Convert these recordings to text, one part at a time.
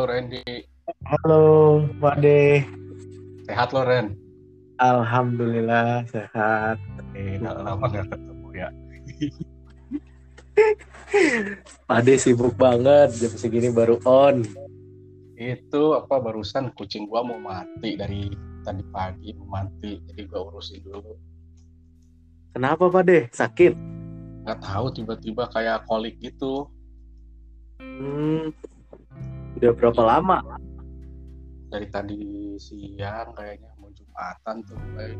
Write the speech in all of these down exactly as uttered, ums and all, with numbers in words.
Halo Randy, Halo, Pak De. sehat lo Ren? Alhamdulillah sehat. Eh, udah lama gak ketemu ya. Pak De sibuk banget, jam segini baru on. Itu apa barusan kucing gua mau mati dari tadi pagi mau mati, jadi gua urusin dulu. Kenapa Pak De? Sakit? Nggak tahu tiba-tiba kayak kolik gitu. Hmm, udah berapa Jadi lama? dari tadi siang kayaknya mau Jumatan tuh. Kayak.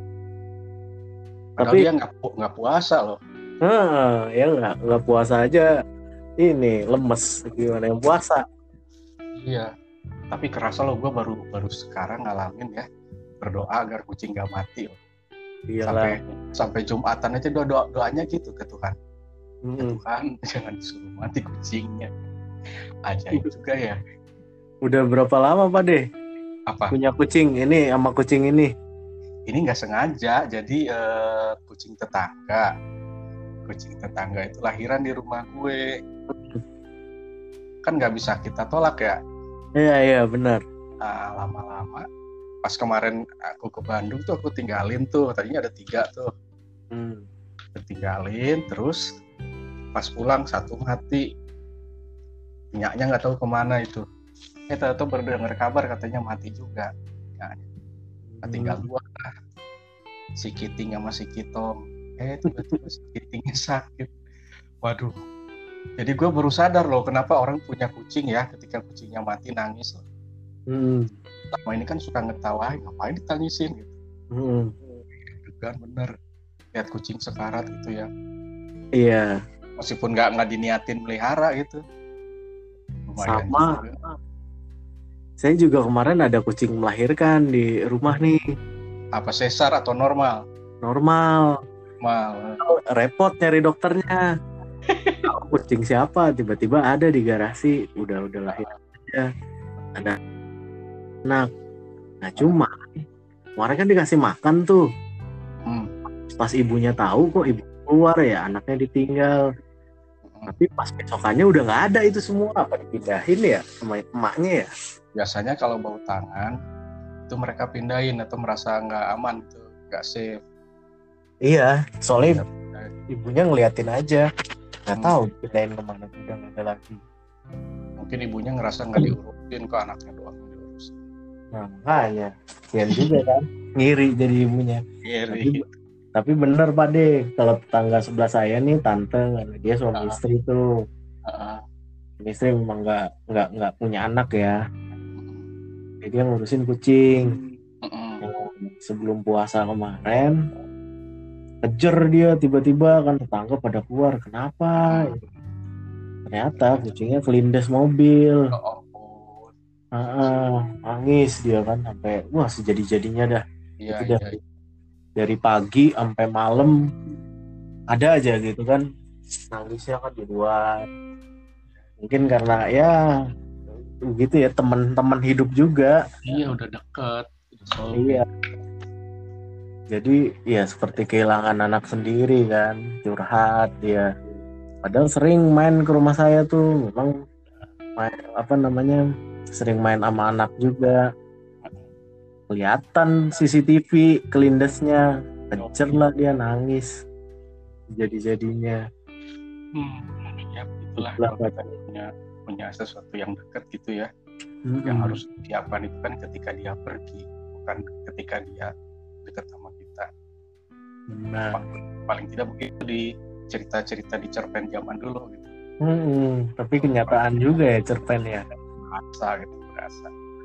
Padahal Tapi, dia nggak pu- nggak puasa loh. ah, ya nggak nggak puasa aja. Ini lemes. Gimana yang puasa? Iya. Tapi kerasa loh gua baru baru sekarang ngalamin ya berdoa agar kucing nggak mati loh. Iyalah. Sampai sampai Jumatan aja doa, doa doanya gitu ke Tuhan. Ya Hmm. Tuhan, jangan disuruh mati kucingnya. Ajaib juga ya. Udah berapa lama Pak De Apa? punya kucing ini sama kucing ini? Ini nggak sengaja. Jadi eh, kucing tetangga, kucing tetangga itu lahiran di rumah gue. Kan nggak bisa kita tolak ya. Iya iya benar. Nah, lama-lama. Pas kemarin aku ke Bandung tuh aku tinggalin tuh. Tadinya ada tiga tuh. Hmm. Tinggalin terus pas pulang satu mati. Nyaknya nggak tahu kemana itu. Eh tahu baru dengar kabar katanya mati juga. Nyaknya. Nah, tinggal Hmm. dua. Si Kiting sama si Kitong. Eh tiba-tiba si Kitingnya sakit. Waduh. Jadi gue baru sadar loh kenapa orang punya kucing ya ketika kucingnya mati nangis loh. Hmm. Selama ini kan suka ngetawain, ngapain ditangisin gitu. Hmm. Kan bener. Lihat kucing sekarat gitu ya. Iya. Meskipun nggak nggak diniatin melihara gitu. Lumayan Sama. juga. Saya juga kemarin ada kucing melahirkan di rumah nih, Apa sesar atau normal? normal. Mal. Repot nyari dokternya. Tahu kucing siapa? Tiba-tiba ada di garasi, udah udah lahir aja. Ada anak. Nah cuma kemarin kan dikasih makan tuh. Hmm. Pas ibunya tahu kok ibu keluar ya, anaknya ditinggal. Tapi pas besokannya udah nggak ada itu semua. Apa dipindahin ya sama emaknya ya? Biasanya kalau bau tangan itu mereka pindahin atau merasa nggak aman gitu, nggak safe. Iya, soalnya Nah, ibunya ngeliatin aja. Nggak Hmm. tahu dipindahin kemana, udah nggak ada lagi. Mungkin ibunya ngerasa nggak diurusin kok anaknya doang yang diurusin. Nah, makanya kasian juga kan, ngiri jadi ibunya. Tapi, Ngiri. tapi bener Pak De, kalau tetangga sebelah saya nih tante, dia suami Ah, istri tuh, ah, suami istri memang nggak nggak nggak punya anak ya, mm, jadi dia ngurusin kucing. mm, Yang sebelum puasa kemarin, kejer dia tiba-tiba kan tetangga pada keluar, kenapa? mm. Ternyata kucingnya kelindes mobil. Oh ampun. Ah, ah, nangis dia kan sampai wah sejadi-jadinya dah. Iya, Itu iya. dari dari pagi sampai malam ada aja gitu kan, nangisnya kan di luar, mungkin karena ya gitu ya, teman-teman hidup juga. Iya, udah deket. Udah Iya, soulmate. jadi ya seperti kehilangan anak sendiri kan, curhat dia, padahal sering main ke rumah saya tuh, memang main apa namanya, sering main sama anak juga, kelihatan C C T V kelindesnya, kejer lah dia nangis jadi-jadinya. Hmm. Ya, itulah Itulah kalau kita katanya. punya punya sesuatu yang dekat gitu ya. Yang Mm-mm. harus disiapkan itu kan ketika dia pergi, bukan ketika dia dekat sama kita. Nah, Paling tidak mungkin itu di cerita-cerita di cerpen zaman dulu gitu. mm-mm. Tapi kenyataan juga ya cerpen ya. Berasa gitu, berasa.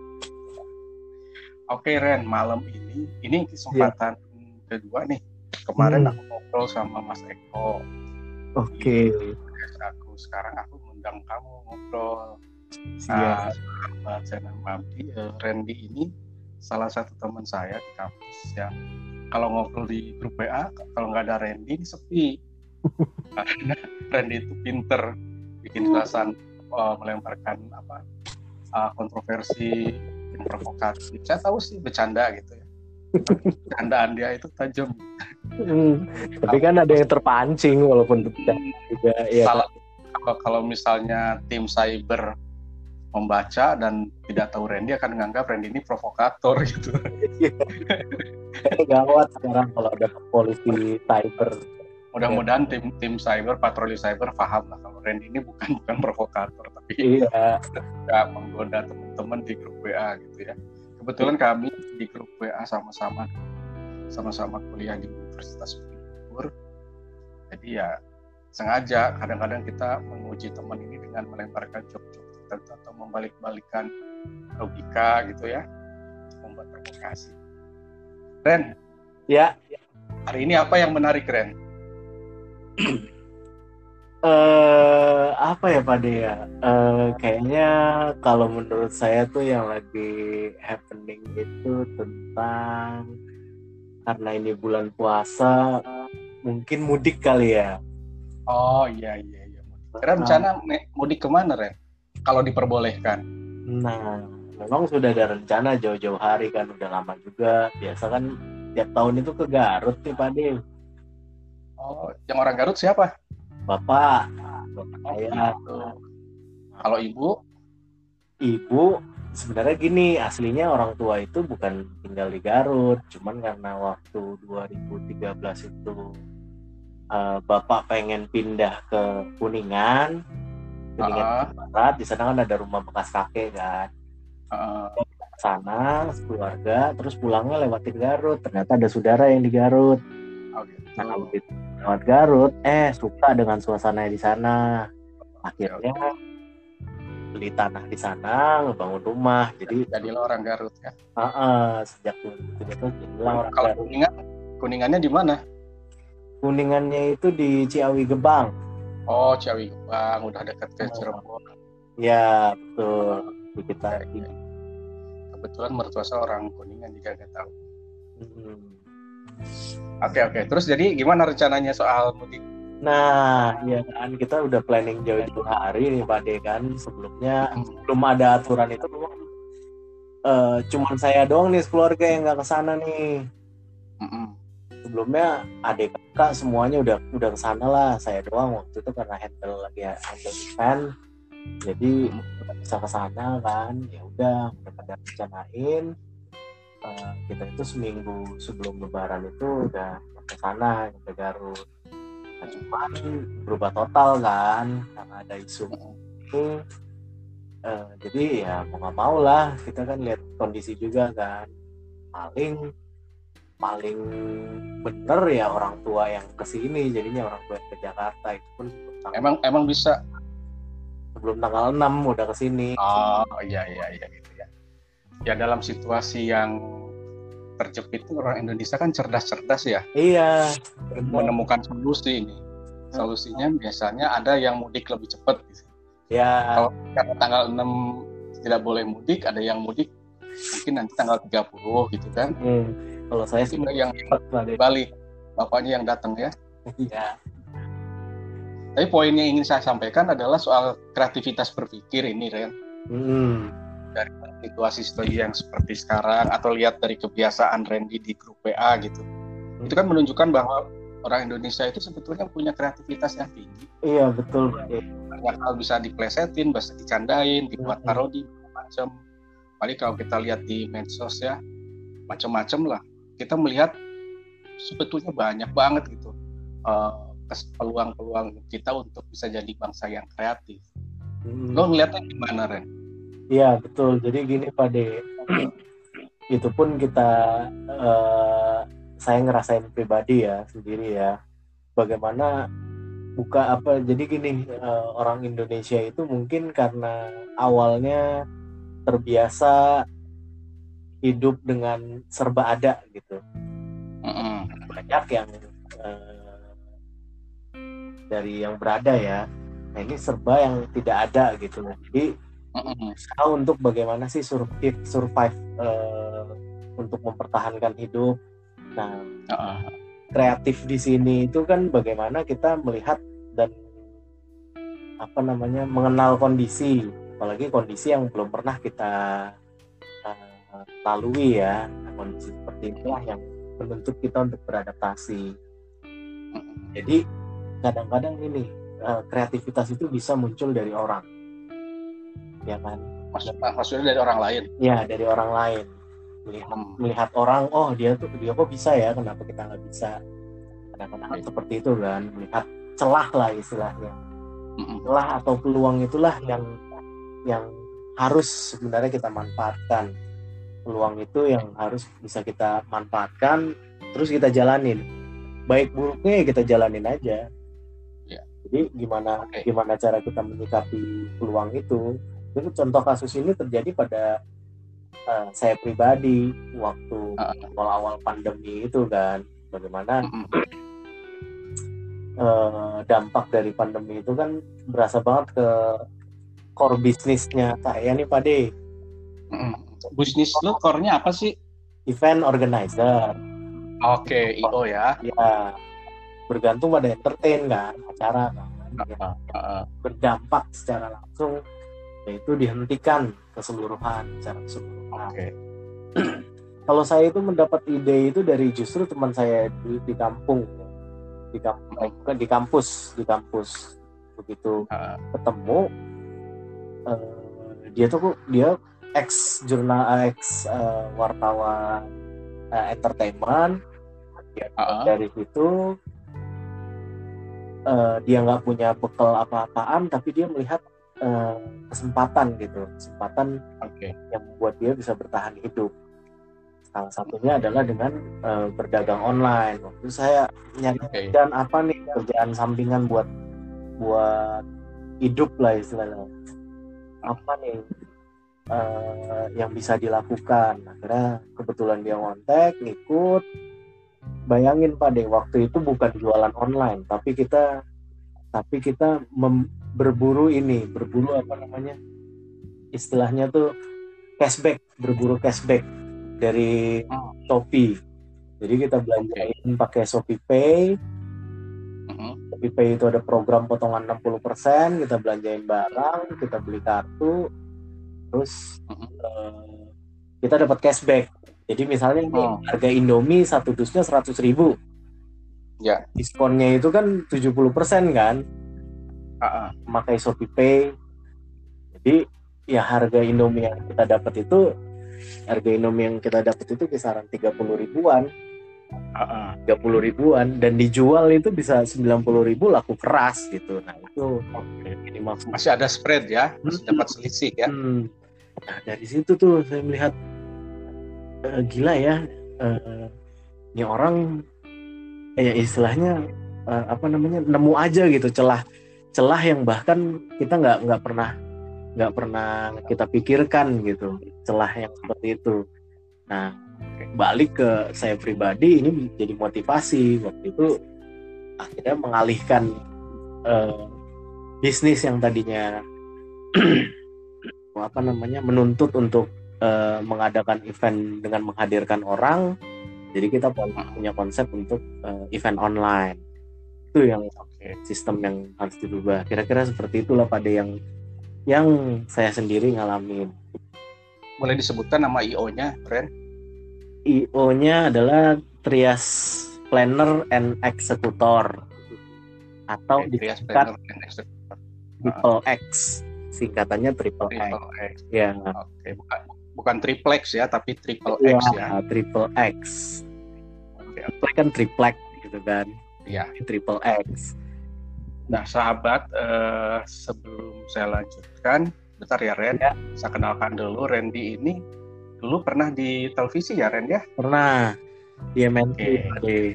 Oke Ren, malam ini ini Iya. kesempatan kedua nih. Kemarin Hmm. aku ngobrol sama Mas Eko Oke, di podcast aku. Sekarang aku ngundang kamu ngobrol. siap. Nah, sahabat saya Mabdi, eh, Randy ini salah satu teman saya di kampus yang kalau ngobrol di grup W A, kalau nggak ada Randy ini sepi. Karena Randy itu pinter bikin suasana, uh, melemparkan apa uh, kontroversi, bikin provokasi. Saya tahu sih bercanda gitu ya. Tapi bercandaan dia itu tajam. Hmm. Tapi kan ada yang terpancing walaupun tidak juga ya. Kalau kalau misalnya tim cyber membaca dan tidak tahu Randy akan menganggap Randy ini provokator gitu. Gawat sekarang kalau ada polisi cyber. Mudah-mudahan tim tim cyber, patroli cyber paham lah kalau Randy ini bukan bukan provokator, tapi iya, nggak menggoda teman-teman di grup W A gitu ya. Kebetulan kami di grup W A sama-sama sama-sama kuliah di Universitas Bogor. Jadi ya sengaja kadang-kadang kita menguji teman ini dengan melemparkan joke-joke tertentu atau membalik-balikan logika gitu ya, membuat provokasi. Ren, ya. Hari ini apa yang menarik, Ren? uh, apa ya Pak Dea? Uh, kayaknya kalau menurut saya tuh yang lagi happening itu tentang, karena ini bulan puasa, mungkin mudik kali ya. Oh iya iya iya mudik. Kira rencana mudik kemana, Ren? Kalau diperbolehkan. Nah, memang sudah ada rencana jauh-jauh hari kan, udah lama juga. Biasa kan tiap tahun itu ke Garut nih Pak Dea. Oh, yang orang Garut siapa? Bapak. Bapak Oh, saya. gitu. Kalau ibu? Ibu sebenarnya gini, aslinya orang tua itu bukan tinggal di Garut, cuman karena waktu dua ribu tiga belas itu uh, Bapak pengen pindah ke Kuningan, Kuningan uh-huh. Barat, di sana kan ada rumah bekas kakek kan. Uh-huh. Ke sana keluarga, terus pulangnya lewatin Garut. Ternyata ada saudara yang di Garut. Okay. Nah, begitu lewat Garut, eh suka dengan suasana di sana. Akhirnya beli tanah di sana, ngebangun rumah. Jadi jadilah orang Garut ya. Uh-uh, sejak itu itu jadilah orang Kalau Garut. Kuningan, Kuningannya di mana? Kuningannya itu di Ciawi Gebang. Oh, Ciawi Gebang, udah dekat ke Cirebon. Ya, betul. Di kita. Ya, ya. Kebetulan mertua saya orang Kuningan juga nggak tahu. Hmm. Oke oke. Terus jadi gimana rencananya soal mudik? Nah, ya kan kita udah planning jauh-jauh hari nih Pak De kan. Sebelumnya hmm. belum ada aturan itu, uh, cuman saya doang nih keluarga yang nggak kesana nih. Hmm. Sebelumnya adik kakak semuanya udah udah kesana lah. Saya doang waktu itu karena handle lagi handle event, jadi nggak bisa kesana kan. Ya udah, udah pada rencanain. Uh, kita itu seminggu sebelum Lebaran itu udah ke sana ke Garut. Nah, cuman berubah total kan karena ada isu itu. Uh, jadi ya mau nggak mau lah, kita kan lihat kondisi juga kan. Paling paling bener ya orang tua yang kesini, jadinya orang tua yang ke Jakarta itu pun tanggal, emang emang bisa sebelum tanggal enam udah kesini. Oh iya iya iya gitu ya. Ya dalam situasi yang terjepit itu orang Indonesia kan cerdas-cerdas ya. Iya. Menemukan solusi ini. Solusinya biasanya ada yang mudik lebih cepat. Gitu. Ya. Kalau karena tanggal enam tidak boleh mudik, ada yang mudik mungkin nanti tanggal tiga puluh gitu kan. Hmm. Kalau saya sih yang balik, bapaknya yang datang ya. Iya. Tapi poin yang ingin saya sampaikan adalah soal kreativitas berpikir ini, Ren. Hmm. Dari situasi-situasi yang seperti sekarang atau lihat dari kebiasaan Randy di grup W A gitu, hmm. itu kan menunjukkan bahwa orang Indonesia itu sebetulnya punya kreativitas yang tinggi. Iya betul. Banyak hal bisa diplesetin, bisa dicandain, dibuat hmm. parodi macam. Paling kalau kita lihat di medsos ya, macam-macam lah. Kita melihat sebetulnya banyak banget gitu uh, peluang-peluang kita untuk bisa jadi bangsa yang kreatif. Hmm. Lo ngeliatnya gimana, Ren? Iya betul. Jadi gini Pak De, itu pun kita uh, saya ngerasain pribadi ya sendiri ya. Bagaimana buka apa? Jadi gini, uh, orang Indonesia itu mungkin karena awalnya terbiasa hidup dengan serba ada gitu. Mm-hmm. Banyak yang uh, dari yang berada ya. Nah ini serba yang tidak ada gitu. Jadi usaha untuk bagaimana sih survive, survive uh, untuk mempertahankan hidup. Nah, uh-uh. kreatif di sini itu kan bagaimana kita melihat dan apa namanya mengenal kondisi, apalagi kondisi yang belum pernah kita uh, lalui ya. Nah, kondisi seperti itulah yang menuntut kita untuk beradaptasi. Jadi kadang-kadang ini uh, kreativitas itu bisa muncul dari orang. Ya kan. Maksud, maksudnya dari orang lain? Ya, dari orang lain. Melihat, hmm. melihat orang, oh dia tuh dia kok bisa ya, kenapa kita nggak bisa? Kadang-kadang okay. seperti itu kan, melihat celah lah istilahnya. Mm-hmm. Celah atau peluang itulah yang yang harus sebenarnya kita manfaatkan. Peluang itu yang harus bisa kita manfaatkan, terus kita jalanin. Baik buruknya ya kita jalanin aja. Yeah. Jadi gimana okay. gimana cara kita menyikapi peluang itu? Itu contoh kasus ini terjadi pada uh, saya pribadi waktu uh. awal-awal pandemi itu kan, bagaimana mm-hmm. uh, dampak dari pandemi itu kan berasa banget ke core bisnisnya saya nih Pak De. Mm-hmm. Bisnis lo core-nya apa sih? Event organizer. Oke, okay, I O ya. Ya, bergantung pada entertain kan, acara kan. Uh, uh, uh. Berdampak secara langsung, yaitu dihentikan keseluruhan, secara keseluruhan. Okay. Kalau saya itu mendapat ide itu dari justru teman saya di, di kampung, di kampung, uh. di kampus, di kampus. Begitu uh. ketemu, uh, dia tuh dia ex jurnal ex uh, wartawan uh, entertainment ya, uh-huh. dari situ uh, dia nggak punya bekal apa-apaan tapi dia melihat uh, kesempatan gitu kesempatan okay. yang membuat dia bisa bertahan hidup. Salah satunya adalah dengan uh, berdagang online. Waktu saya nyari okay. kerjaan apa nih, kerjaan sampingan buat buat hidup lah istilahnya, apa nih Uh, yang bisa dilakukan. Akhirnya kebetulan dia ngontek, ngikut. Bayangin Pak De, waktu itu bukan jualan online, tapi kita tapi kita mem- berburu ini, berburu apa namanya? Istilahnya tuh cashback, berburu cashback dari Shopee. Jadi kita belanjain pakai Shopee Pay. Uh-huh. Shopee Pay itu ada program potongan enam puluh persen, kita belanjain barang, kita beli kartu. Terus uh-huh. uh, kita dapat cashback. Jadi misalnya oh. nih, harga Indomie satu dusnya seratus ribu. Ya. Diskonnya itu kan tujuh puluh persen kan. Uh-uh. Memakai Shopee Pay. Jadi ya harga Indomie yang kita dapat itu harga Indomie yang kita dapat itu kisaran tiga puluh ribuan. Uh-uh. tiga puluh ribuan dan dijual itu bisa sembilan puluh ribu laku keras gitu. Nah, itu okay. Ini maksud masih ada spread ya, masih hmm. dapat selisih ya. Hmm. Nah, dari situ tuh saya melihat uh, gila ya. Uh, ini orang ya istilahnya uh, apa namanya? nemu aja gitu celah celah yang bahkan kita nggak nggak pernah nggak pernah kita pikirkan gitu, celah yang seperti itu. Nah, balik ke saya pribadi ini jadi motivasi waktu itu akhirnya mengalihkan uh, bisnis yang tadinya apa namanya menuntut untuk uh, mengadakan event dengan menghadirkan orang, jadi kita punya konsep untuk uh, event online. Itu yang okay. sistem yang harus dirubah. Kira-kira seperti itulah pada yang yang saya sendiri ngalamin. Boleh disebutkan nama I O-nya, Ren? I O-nya adalah Trias Planner and Executor atau okay, disingkat Triple X, singkatannya Triple X. X. Ya. Oke, okay. bukan bukan triplex ya, tapi Triple ya, X ya. Triple X. Oke, okay. Kan triplek gitu kan. Iya. Triple X. Nah, sahabat, eh, sebelum saya lanjutkan, bentar ya Ren, ya. Saya kenalkan dulu Randy ini. Dulu pernah di televisi ya Ren ya? Pernah. Di M N T. Okay.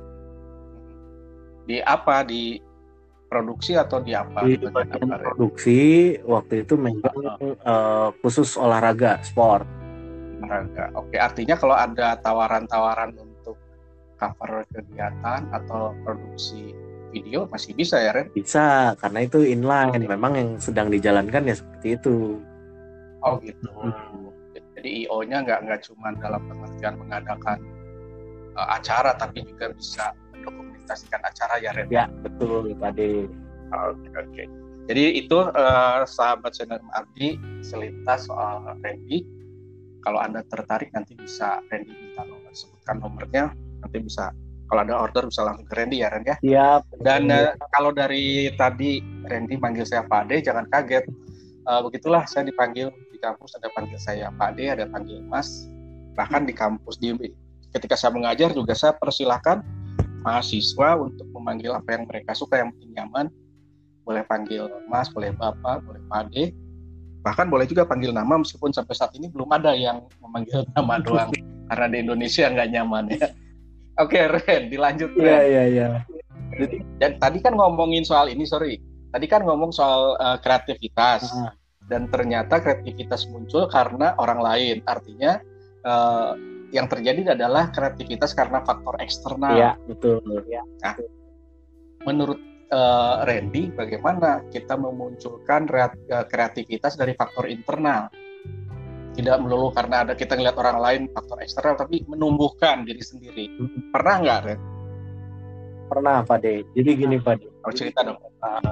Di apa? Di produksi atau di apa? Di bagian produksi. Waktu itu megang uh-huh. uh, khusus olahraga, sport. Olahraga. Oke, artinya kalau ada tawaran-tawaran untuk cover kegiatan atau produksi video masih bisa ya Ren? Bisa, karena itu inline. Memang yang sedang dijalankan ya seperti itu. Oh gitu. Hmm. Jadi I O-nya nggak nggak cuma dalam pengertian mengadakan uh, acara, tapi juga bisa mendokumentasikan acara ya Ren? Ya betul tadi. Oke okay, oke. Okay. Jadi itu uh, sahabat channel Ardi selintas soal Randy. Kalau Anda tertarik nanti bisa Randy minta nomor, sebutkan nomornya, nanti bisa kalau ada order bisa langsung ke Randy ya Ren ya. Siap. Dan uh, kalau dari tadi Randy manggil saya Pak Ade, jangan kaget. Uh, begitulah saya dipanggil di kampus ada panggil saya Pak D, ada panggil Mas. Bahkan di kampus di ketika saya mengajar juga saya persilahkan mahasiswa untuk memanggil apa yang mereka suka, yang penting nyaman. Boleh panggil Mas, boleh Bapak, boleh Pak D. Bahkan boleh juga panggil nama, meskipun sampai saat ini belum ada yang memanggil nama doang karena di Indonesia nggak nyaman ya. Oke, Ren, dilanjut Ren. Iya, iya, iya. Dan tadi kan ngomongin soal ini, sorry. Tadi kan ngomong soal uh, kreativitas. Uh-huh. Dan ternyata kreativitas muncul karena orang lain. Artinya uh, yang terjadi adalah kreativitas karena faktor eksternal. Iya, betul. Ya. Nah, menurut uh, Randy, bagaimana kita memunculkan reat, uh, kreativitas dari faktor internal? Tidak melulu karena ada kita ngeliat orang lain faktor eksternal, tapi menumbuhkan diri sendiri. Pernah nggak, Ren? Pernah, Pak De. Jadi gini, Pak De. Oh, cerita dong.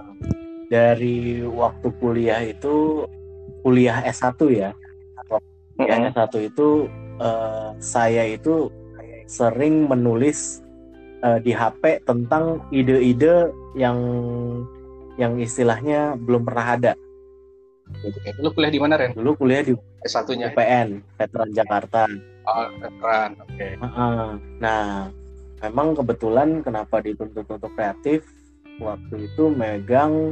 Dari waktu kuliah itu, kuliah S satu ya. Kuliah mm-hmm. S satu itu, uh, saya itu sering menulis uh, di H P tentang ide-ide yang yang istilahnya belum pernah ada. Oke, dulu kuliah di mana, Ren? Dulu kuliah di S satunya U P N, Veteran Jakarta. Oh, Veteran, oke. Okay. Uh-uh. Nah, memang kebetulan kenapa dituntut untuk kreatif, waktu itu megang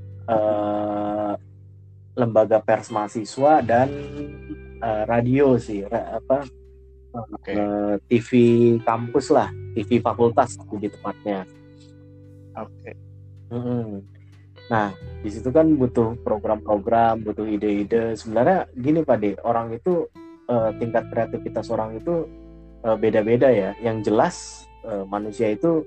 uh, lembaga pers mahasiswa dan uh, radio sih, ra- apa okay. uh, T V kampus lah, T V fakultas di tepatnya. Oke. Okay. Uh-uh. Nah, di situ kan butuh program-program, butuh ide-ide. Sebenarnya gini Pak De, orang itu uh, tingkat kreativitas orang itu uh, beda-beda ya. Yang jelas uh, manusia itu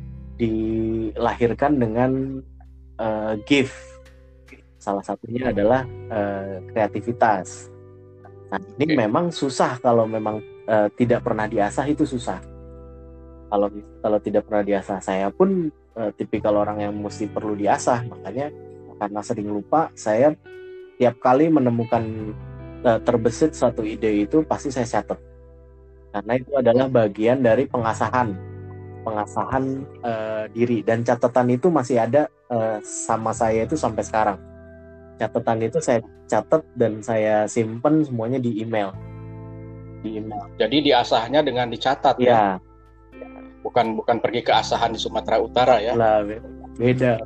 dilahirkan dengan uh, gift. Salah satunya adalah uh, kreativitas. Nah, ini okay. memang susah kalau memang uh, tidak pernah diasah, itu susah. Kalau kalau tidak pernah diasah, saya pun Uh, tipikal orang yang mesti perlu diasah, makanya karena sering lupa, saya tiap kali menemukan uh, terbesit satu ide itu pasti saya catat, karena itu adalah bagian dari pengasahan pengasahan uh, diri, dan catatan itu masih ada uh, sama saya itu sampai sekarang. Catatan itu saya catat dan saya simpen semuanya di email di email. Jadi diasahnya dengan dicatat ya, ya? Bukan bukan pergi ke asahan di Sumatera Utara ya? Lah, beda.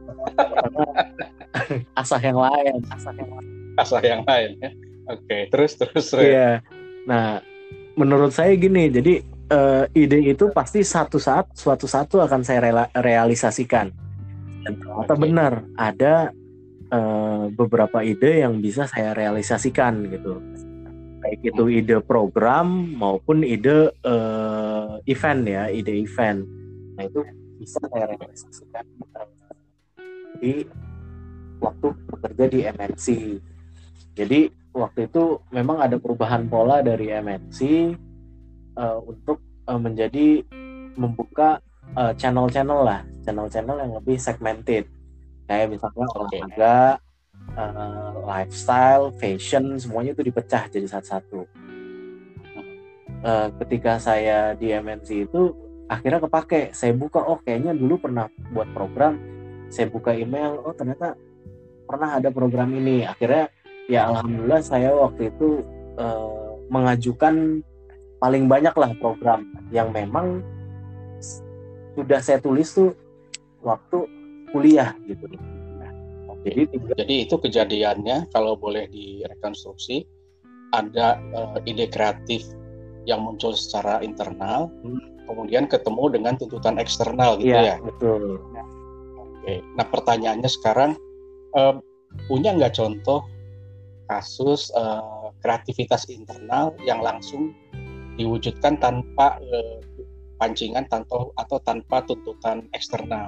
Asah yang lain, asah yang lain. Asah yang lain ya. Oke, terus terus. Iya. Nah, menurut saya gini, jadi uh, ide itu pasti satu saat, suatu satu akan saya rela- realisasikan. Dan ternyata okay. benar ada uh, beberapa ide yang bisa saya realisasikan gitu. Baik itu ide program maupun ide uh, event ya, ide event. Nah itu bisa saya realisasikan uh, di waktu bekerja di M N C. Jadi waktu itu memang ada perubahan pola dari M N C uh, untuk uh, menjadi membuka uh, channel-channel lah, channel-channel yang lebih segmented. Kayak misalnya olahraga, Uh, lifestyle, fashion, semuanya itu dipecah jadi satu-satu. Uh, ketika saya di M N C itu akhirnya kepake. Saya buka, oh kayaknya dulu pernah buat program. Saya buka email, oh ternyata pernah ada program ini. Akhirnya ya alhamdulillah saya waktu itu uh, mengajukan paling banyak lah program yang memang sudah saya tulis tuh waktu kuliah gitu. Jadi, Jadi itu kejadiannya, kalau boleh direkonstruksi, ada uh, ide kreatif yang muncul secara internal, hmm. kemudian ketemu dengan tuntutan eksternal gitu ya? Iya, betul. Oke. Nah pertanyaannya sekarang, uh, punya nggak contoh kasus uh, kreativitas internal yang langsung diwujudkan tanpa uh, pancingan tanpa, atau tanpa tuntutan eksternal?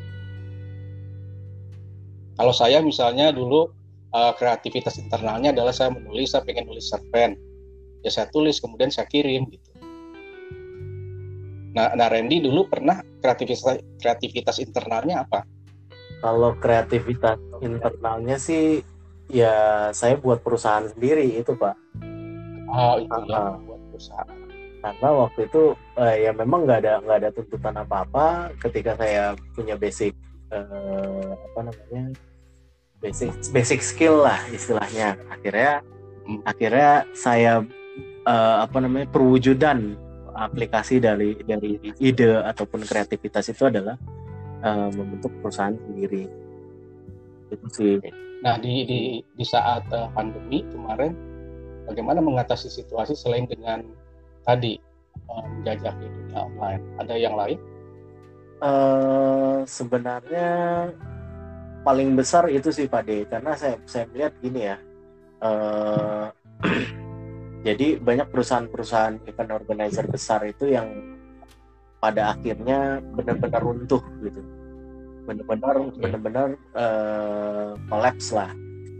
Kalau saya misalnya dulu uh, kreativitas internalnya adalah saya menulis, saya pengen nulis cerpen, ya saya tulis kemudian saya kirim gitu. Nah, nah Randy dulu pernah kreativitas kreativitas internalnya apa? Kalau kreativitas internalnya sih, ya saya buat perusahaan sendiri itu Pak. Oh itu uh-huh. ya buat perusahaan. Karena waktu itu uh, ya memang nggak ada nggak ada tuntutan apa-apa ketika saya punya basic. Uh, apa namanya basic basic skill lah istilahnya. Akhirnya Akhirnya saya uh, apa namanya perwujudan aplikasi dari dari ide ataupun kreativitas itu adalah uh, membentuk perusahaan sendiri. Itu sih. Nah di di di saat uh, pandemi kemarin, bagaimana mengatasi situasi selain dengan tadi uh, menjajaki dunia online? Ada yang lain? Uh, sebenarnya paling besar itu sih Pak D, karena saya saya melihat gini ya. Uh, Jadi banyak perusahaan-perusahaan event organizer besar itu yang pada akhirnya benar-benar runtuh gitu, benar-benar okay. benar-benar uh, collapse lah,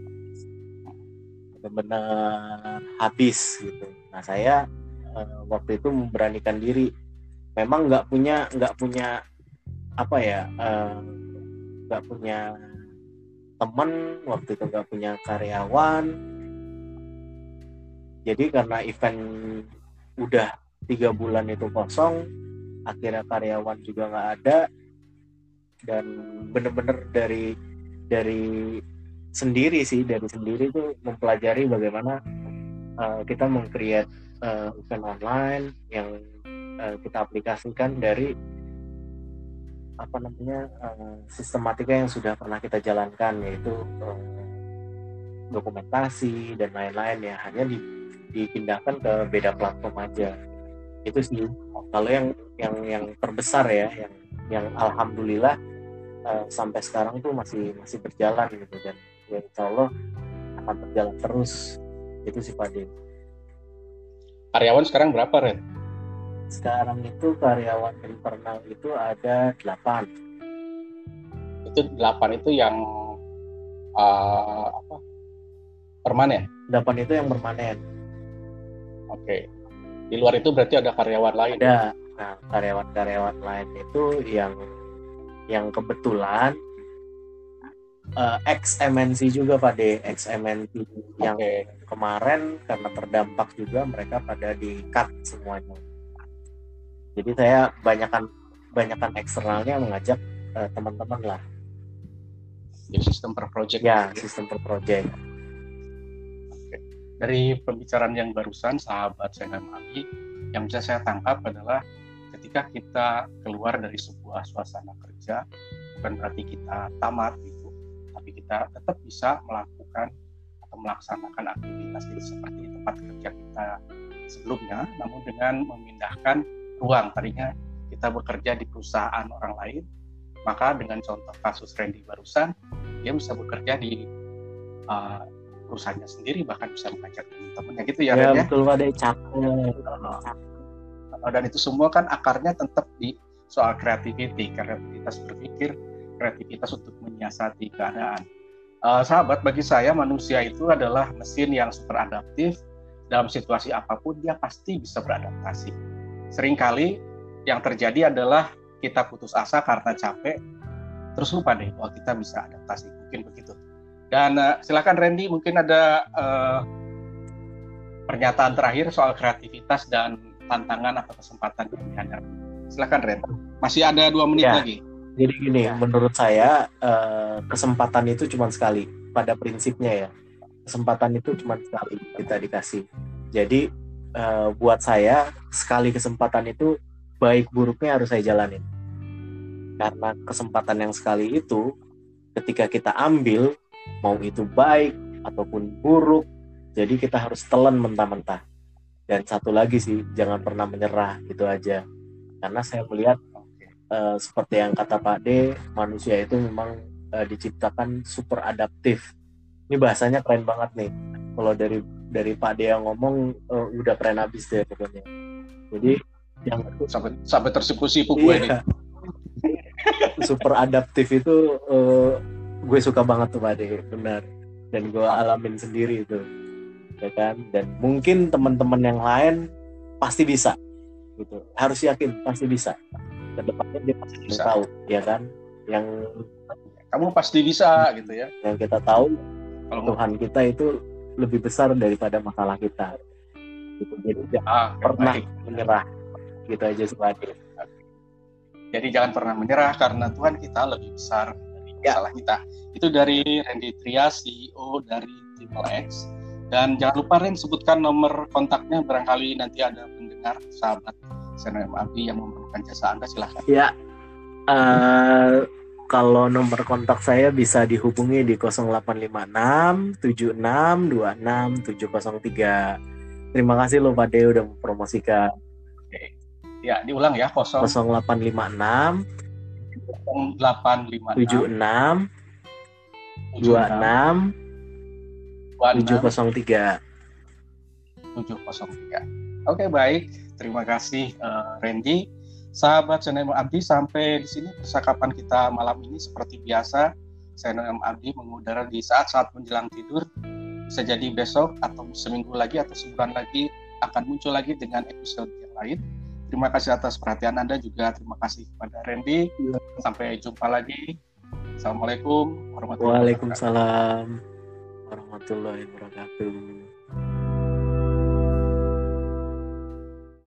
benar-benar habis gitu. Nah saya uh, waktu itu memberanikan diri, memang nggak punya nggak punya apa ya, nggak uh, punya teman waktu itu, nggak punya karyawan. Jadi karena event udah tiga bulan itu kosong, akhirnya karyawan juga nggak ada, dan bener-bener dari dari sendiri sih dari sendiri tuh mempelajari bagaimana uh, kita meng-create uh, event online yang uh, kita aplikasikan dari apa namanya uh, sistematika yang sudah pernah kita jalankan, yaitu uh, dokumentasi dan lain-lain ya, hanya di dipindahkan ke beda platform aja. Itu sih kalau yang yang yang terbesar ya, yang yang alhamdulillah uh, sampai sekarang tuh masih masih berjalan gitu, dan ya insya Allah akan berjalan terus. Itu sih Pak Din. Karyawan sekarang berapa, Ren? Sekarang itu karyawan internal itu ada delapan. Itu delapan itu yang uh, apa? Permanen? Delapan itu yang permanen. Oke, di luar itu berarti ada karyawan lain. Ada, nah karyawan-karyawan lain itu yang yang kebetulan uh, ex M N C juga Pak D, ex M N C yang okay. Kemarin karena terdampak juga mereka pada di cut semuanya. Jadi saya banyakkan banyakkan eksternalnya mengajak uh, teman-teman lah. Jadi sistem per project. Ya, sistem per project. Dari pembicaraan yang barusan sahabat saya Mami, yang bisa saya tangkap adalah ketika kita keluar dari sebuah suasana kerja, bukan berarti kita tamat gitu, tapi kita tetap bisa melakukan atau melaksanakan aktivitas seperti tempat kerja kita sebelumnya, namun dengan memindahkan ruang. Tadinya kita bekerja di perusahaan orang lain, maka dengan contoh kasus Randy barusan, dia bisa bekerja di uh, perusahaannya sendiri, bahkan bisa mengajak teman-temannya gitu ya, ya, Ren, ya? Betul, ada capek. Dan itu semua kan akarnya tetap di soal creativity, kreativitas berpikir, kreativitas untuk menyiasati keadaan. Uh, sahabat, bagi saya manusia itu adalah mesin yang super adaptif. Dalam situasi apapun dia pasti bisa beradaptasi. Seringkali yang terjadi adalah kita putus asa karena capek, terus lupa deh bahwa kita bisa adaptasi, mungkin begitu. Dan uh, silakan Randy, mungkin ada uh, pernyataan terakhir soal kreativitas dan tantangan atau kesempatan yang dihadapi. Silakan Randy. Masih ada dua menit ya, lagi. Jadi gini, ya. Menurut saya uh, kesempatan itu cuma sekali. Pada prinsipnya ya, kesempatan itu cuma sekali kita dikasih. Jadi uh, buat saya sekali kesempatan itu baik buruknya harus saya jalanin. Karena kesempatan yang sekali itu ketika kita ambil, mau itu baik ataupun buruk, jadi kita harus telan mentah-mentah. Dan satu lagi sih, jangan pernah menyerah, gitu aja. Karena saya melihat uh, seperti yang kata Pak D, manusia itu memang uh, diciptakan super adaptif. Ini bahasanya keren banget nih. Kalau dari dari Pak D yang ngomong uh, udah keren habis deh pokoknya. Jadi yang sampai sampai tersipu-sipu gue iya. Nih. Super adaptif itu uh, gue suka banget tuh Pak De, benar. Dan gue alamin sendiri itu, ya kan. Dan mungkin teman-teman yang lain pasti bisa, gitu. Harus yakin pasti bisa. Kedepannya dia pasti bisa tahu, ya kan. Yang kamu pasti bisa, gitu ya. Yang kita tahu, kalau Tuhan kita itu lebih besar daripada masalah kita. Gitu. Jadi jangan ah, pernah baik. menyerah, gitu aja sih Pak De. Jadi jangan pernah menyerah karena Tuhan kita lebih besar dari masalah kita. Itu dari Randy Trias, C E O dari Triple X. Dan jangan lupa Ren sebutkan nomor kontaknya, barangkali nanti ada pendengar sahabat Seno M Abdi yang memerlukan jasa Anda, silahkan. Ya, uh, kalau nomor kontak saya bisa dihubungi di nol delapan lima enam tujuh enam dua enam tujuh nol tiga. Terima kasih loh Pak De udah mempromosikan. Oke. Ya, diulang ya, nol delapan lima enam delapan lima tujuh enam dua enam tujuh nol tiga. tujuh nol tiga. Oke, baik. Terima kasih uh, Randy. Sahabat Seno M Abdi, sampai di sini percakapan kita malam ini seperti biasa. Seno M Abdi mengudara di saat-saat menjelang tidur. Bisa jadi besok atau seminggu lagi atau sebulan lagi akan muncul lagi dengan episode yang lain. Terima kasih atas perhatian Anda juga. Terima kasih kepada Randy. Sampai jumpa lagi. Assalamualaikum warahmatullahi wabarakatuh. Waalaikumsalam warahmatullahi wabarakatuh.